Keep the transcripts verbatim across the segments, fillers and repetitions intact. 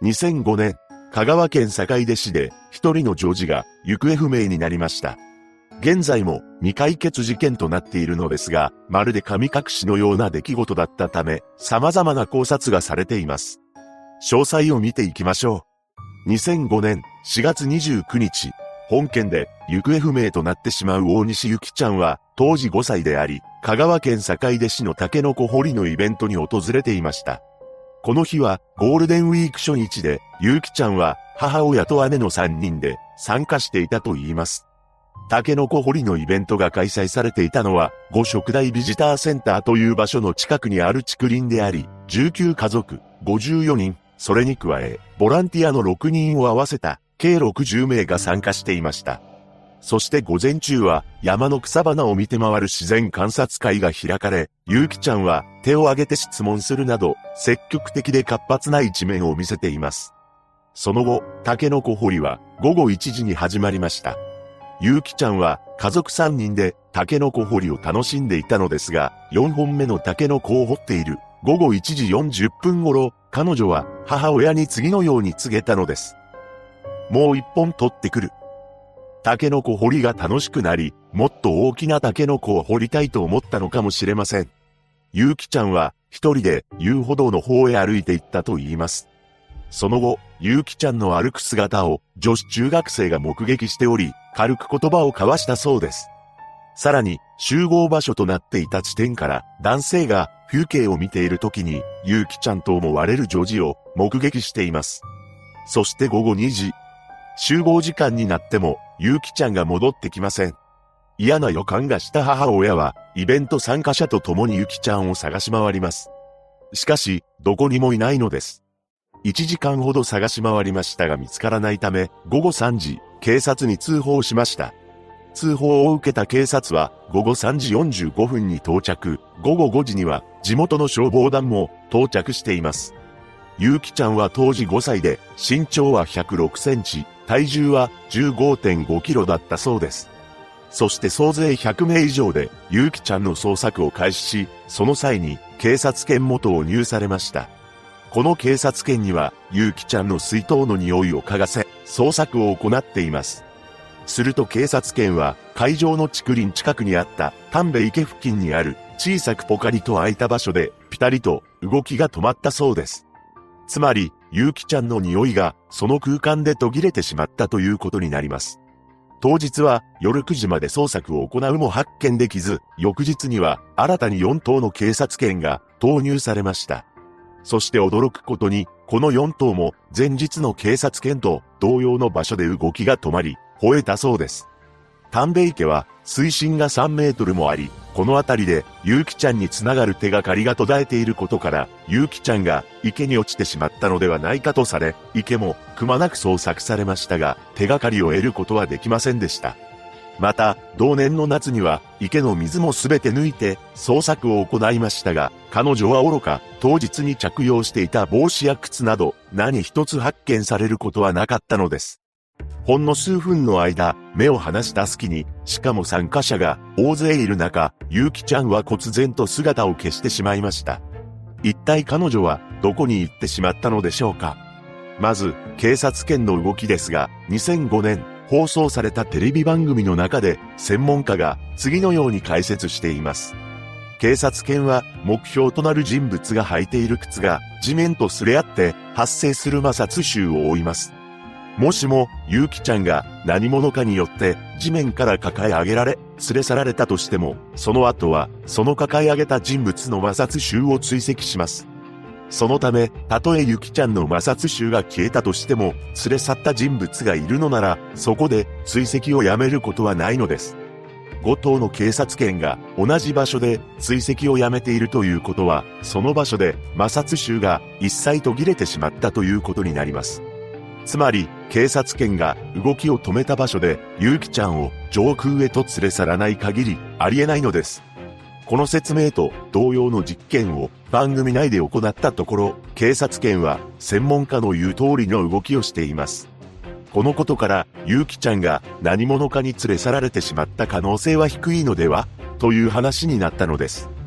にせんごねん、香川県坂出市で一人の女児が行方不明になりました。現在も未解決事件となっているのですが、まるで神隠しのような出来事だったため、様々な考察がされています。詳細を見ていきましょう。にせんごねんしがつにじゅうくにち、本県で行方不明となってしまう大西ゆきちゃんは当時ごさいであり、香川県坂出市のタケノコ掘りのイベントに訪れていました。この日はゴールデンウィーク初日で、ゆきちゃんは母親と姉のさんにんで参加していたといいます。タケノコ掘りのイベントが開催されていたのは、五色台ビジターセンターという場所の近くにある竹林であり、じゅうきゅうかぞく、ごじゅうよにん、それに加え、ボランティアのろくにんを合わせた、計ろくじゅうめいが参加していました。そして午前中は、山の草花を見て回る自然観察会が開かれ、ゆきちゃんは手を挙げて質問するなど、積極的で活発な一面を見せています。その後、タケノコ掘りはごごいちじに始まりました。ゆきちゃんは家族さんにんでタケノコ掘りを楽しんでいたのですが、よんほんめのタケノコを掘っているごごいちじよんじゅっぷん頃、彼女は母親に次のように告げたのです。もう一本取ってくる。タケノコ掘りが楽しくなり、もっと大きなタケノコを掘りたいと思ったのかもしれません。ゆきちゃんは一人で遊歩道の方へ歩いて行ったと言います。その後、ゆきちゃんの歩く姿を女子中学生が目撃しており、軽く言葉を交わしたそうです。さらに、集合場所となっていた地点から男性が風景を見ている時に、ゆきちゃんと思われる女児を目撃しています。そしてごごにじ、集合時間になっても、ゆきちゃんが戻ってきません。嫌な予感がした母親は、イベント参加者と共にゆきちゃんを探し回ります。しかし、どこにもいないのです。いちじかんほど探し回りましたが見つからないため、ごごさんじ、警察に通報しました。通報を受けた警察は、ごごさんじよんじゅうごふんに到着、ごごごじには地元の消防団も到着しています。ゆきちゃんは当時ごさいで、身長はひゃくろくセンチ、体重は じゅうごてんごキロだったそうです。そして総勢ひゃくめい以上で、ゆきちゃんの捜索を開始し、その際に警察犬も投入されました。この警察犬には、ゆきちゃんの水筒の匂いを嗅がせ、捜索を行っています。すると警察犬は、会場の竹林近くにあった丹部池付近にある小さくポカリと開いた場所で、ピタリと動きが止まったそうです。つまり、ゆきちゃんの匂いが、その空間で途切れてしまったということになります。当日は夜くじまで捜索を行うも発見できず、翌日には新たによんとうの警察犬が投入されました。そして驚くことに、このよんとうも前日の警察犬と同様の場所で動きが止まり、吠えたそうです。丹部池は水深がさんメートルもあり、この辺りでゆきちゃんにつながる手がかりが途絶えていることから、ゆきちゃんが池に落ちてしまったのではないかとされ、池もくまなく捜索されましたが、手がかりを得ることはできませんでした。また、同年の夏には、池の水もすべて抜いて、捜索を行いましたが、彼女は愚か、当日に着用していた帽子や靴など、何一つ発見されることはなかったのです。ほんの数分の間、目を離した隙に、しかも参加者が大勢いる中、ゆきちゃんは忽然と姿を消してしまいました。一体彼女は、どこに行ってしまったのでしょうか。まず、警察犬の動きですが、にせんごねん、放送されたテレビ番組の中で専門家が次のように解説しています。警察犬は目標となる人物が履いている靴が地面と擦れ合って発生する摩擦臭を追います。もしもゆきちゃんが何者かによって地面から抱え上げられ連れ去られたとしても、その後はその抱え上げた人物の摩擦臭を追跡します。そのため、たとえゆきちゃんの摩擦臭が消えたとしても、連れ去った人物がいるのなら、そこで追跡をやめることはないのです。ごとうの警察犬が同じ場所で追跡をやめているということは、その場所で摩擦臭が一切途切れてしまったということになります。つまり、警察犬が動きを止めた場所で、ゆきちゃんを上空へと連れ去らない限り、ありえないのです。この説明と同様の実験を番組内で行ったところ、警察犬は専門家の言う通りの動きをしています。このことから、ゆきちゃんが何者かに連れ去られてしまった可能性は低いのではという話になったのです。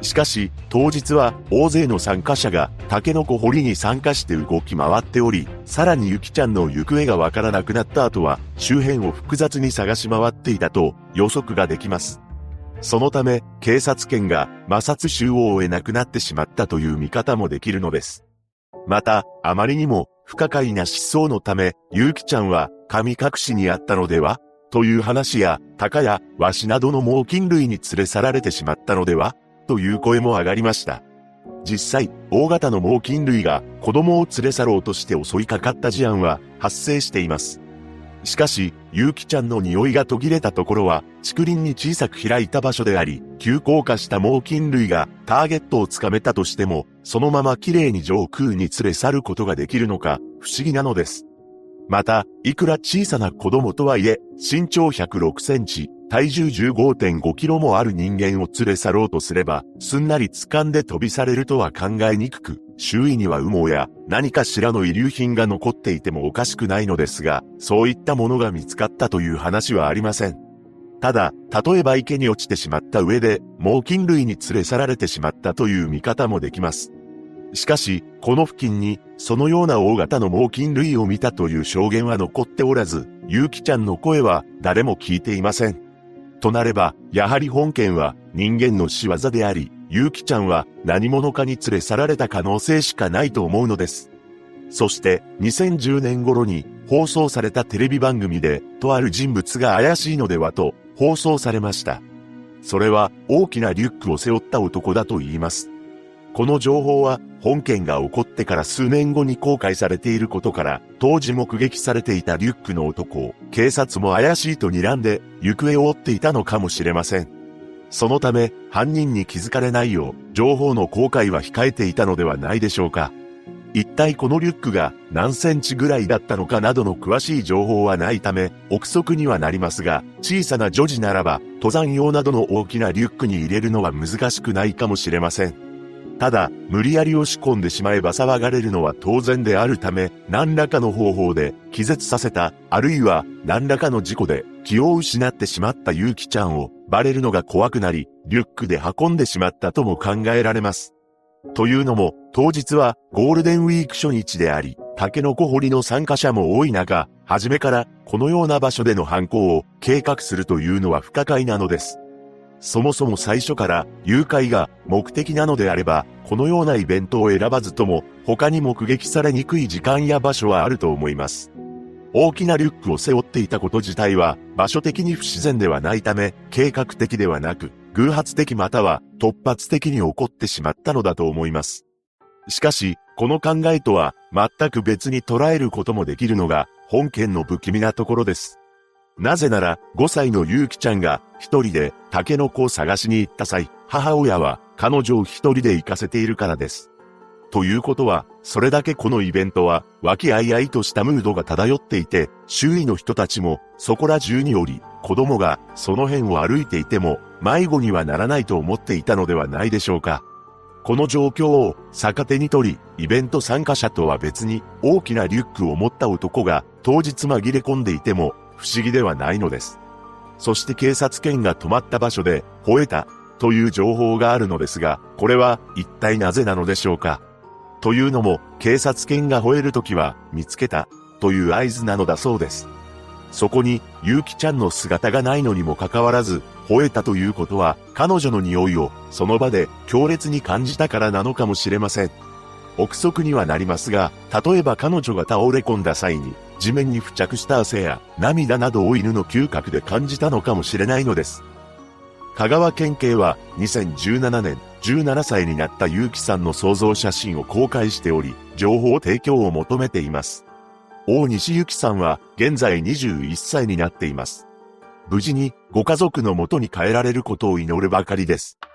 しかし、当日は大勢の参加者がタケノコ掘りに参加して動き回っており、さらにゆきちゃんの行方がわからなくなった後は、周辺を複雑に探し回っていたと予測ができます。そのため、警察権が摩擦集を追えなくなってしまったという見方もできるのです。また、あまりにも不可解な失踪のため、ゆきちゃんは神隠しにあったのではという話や、鷹やワシなどの猛禽類に連れ去られてしまったのではという声も上がりました。実際、大型の猛禽類が子供を連れ去ろうとして襲いかかった事案は発生しています。しかし、ゆうきちゃんの匂いが途切れたところは、竹林に小さく開いた場所であり、急降下した猛禽類がターゲットをつかめたとしても、そのまま綺麗に上空に連れ去ることができるのか、不思議なのです。また、いくら小さな子供とはいえ、身長ひゃくろくセンチ、体重 じゅうごてんごキロもある人間を連れ去ろうとすれば、すんなり掴んで飛び去れるとは考えにくく、周囲には羽毛や何かしらの遺留品が残っていてもおかしくないのですが、そういったものが見つかったという話はありません。ただ、例えば池に落ちてしまった上で、猛禽類に連れ去られてしまったという見方もできます。しかし、この付近に、そのような大型の猛禽類を見たという証言は残っておらず、ゆうきちゃんの声は誰も聞いていません。となれば、やはり本件は人間の仕業であり、ゆうきちゃんは何者かに連れ去られた可能性しかないと思うのです。そして、にせんじゅうねん頃に放送されたテレビ番組で、とある人物が怪しいのではと放送されました。それは大きなリュックを背負った男だと言います。この情報は本件が起こってから数年後に公開されていることから、当時目撃されていたリュックの男を警察も怪しいと睨んで行方を追っていたのかもしれません。そのため犯人に気づかれないよう情報の公開は控えていたのではないでしょうか。一体このリュックが何センチぐらいだったのかなどの詳しい情報はないため憶測にはなりますが、小さな女児ならば登山用などの大きなリュックに入れるのは難しくないかもしれません。ただ、無理やり押し込んでしまえば騒がれるのは当然であるため、何らかの方法で気絶させた、あるいは何らかの事故で気を失ってしまったゆうきちゃんをバレるのが怖くなり、リュックで運んでしまったとも考えられます。というのも、当日はゴールデンウィーク初日であり、タケノコ掘りの参加者も多い中、初めからこのような場所での犯行を計画するというのは不可解なのです。そもそも最初から誘拐が目的なのであれば、このようなイベントを選ばずとも他に目撃されにくい時間や場所はあると思います。大きなリュックを背負っていたこと自体は場所的に不自然ではないため、計画的ではなく、偶発的または突発的に起こってしまったのだと思います。しかし、この考えとは全く別に捉えることもできるのが本件の不気味なところです。なぜなら、ごさいのゆうきちゃんが一人でタケノコを探しに行った際、母親は彼女を一人で行かせているからです。ということは、それだけこのイベントは和気あいあいとしたムードが漂っていて、周囲の人たちもそこら中におり、子供がその辺を歩いていても迷子にはならないと思っていたのではないでしょうか。この状況を逆手に取り、イベント参加者とは別に大きなリュックを持った男が当日紛れ込んでいても、不思議ではないのです。そして警察犬が止まった場所で吠えたという情報があるのですが、これは一体なぜなのでしょうか。というのも、警察犬が吠えるときは見つけたという合図なのだそうです。そこにゆうきちゃんの姿がないのにもかかわらず、吠えたということは彼女の匂いをその場で強烈に感じたからなのかもしれません。憶測にはなりますが、例えば彼女が倒れ込んだ際に、地面に付着した汗や涙などを犬の嗅覚で感じたのかもしれないのです。香川県警はにせんじゅうななねん、じゅうななさいになったゆうきさんの想像写真を公開しており、情報提供を求めています。大西ゆきさんは現在にじゅういっさいになっています。無事にご家族の元に帰られることを祈るばかりです。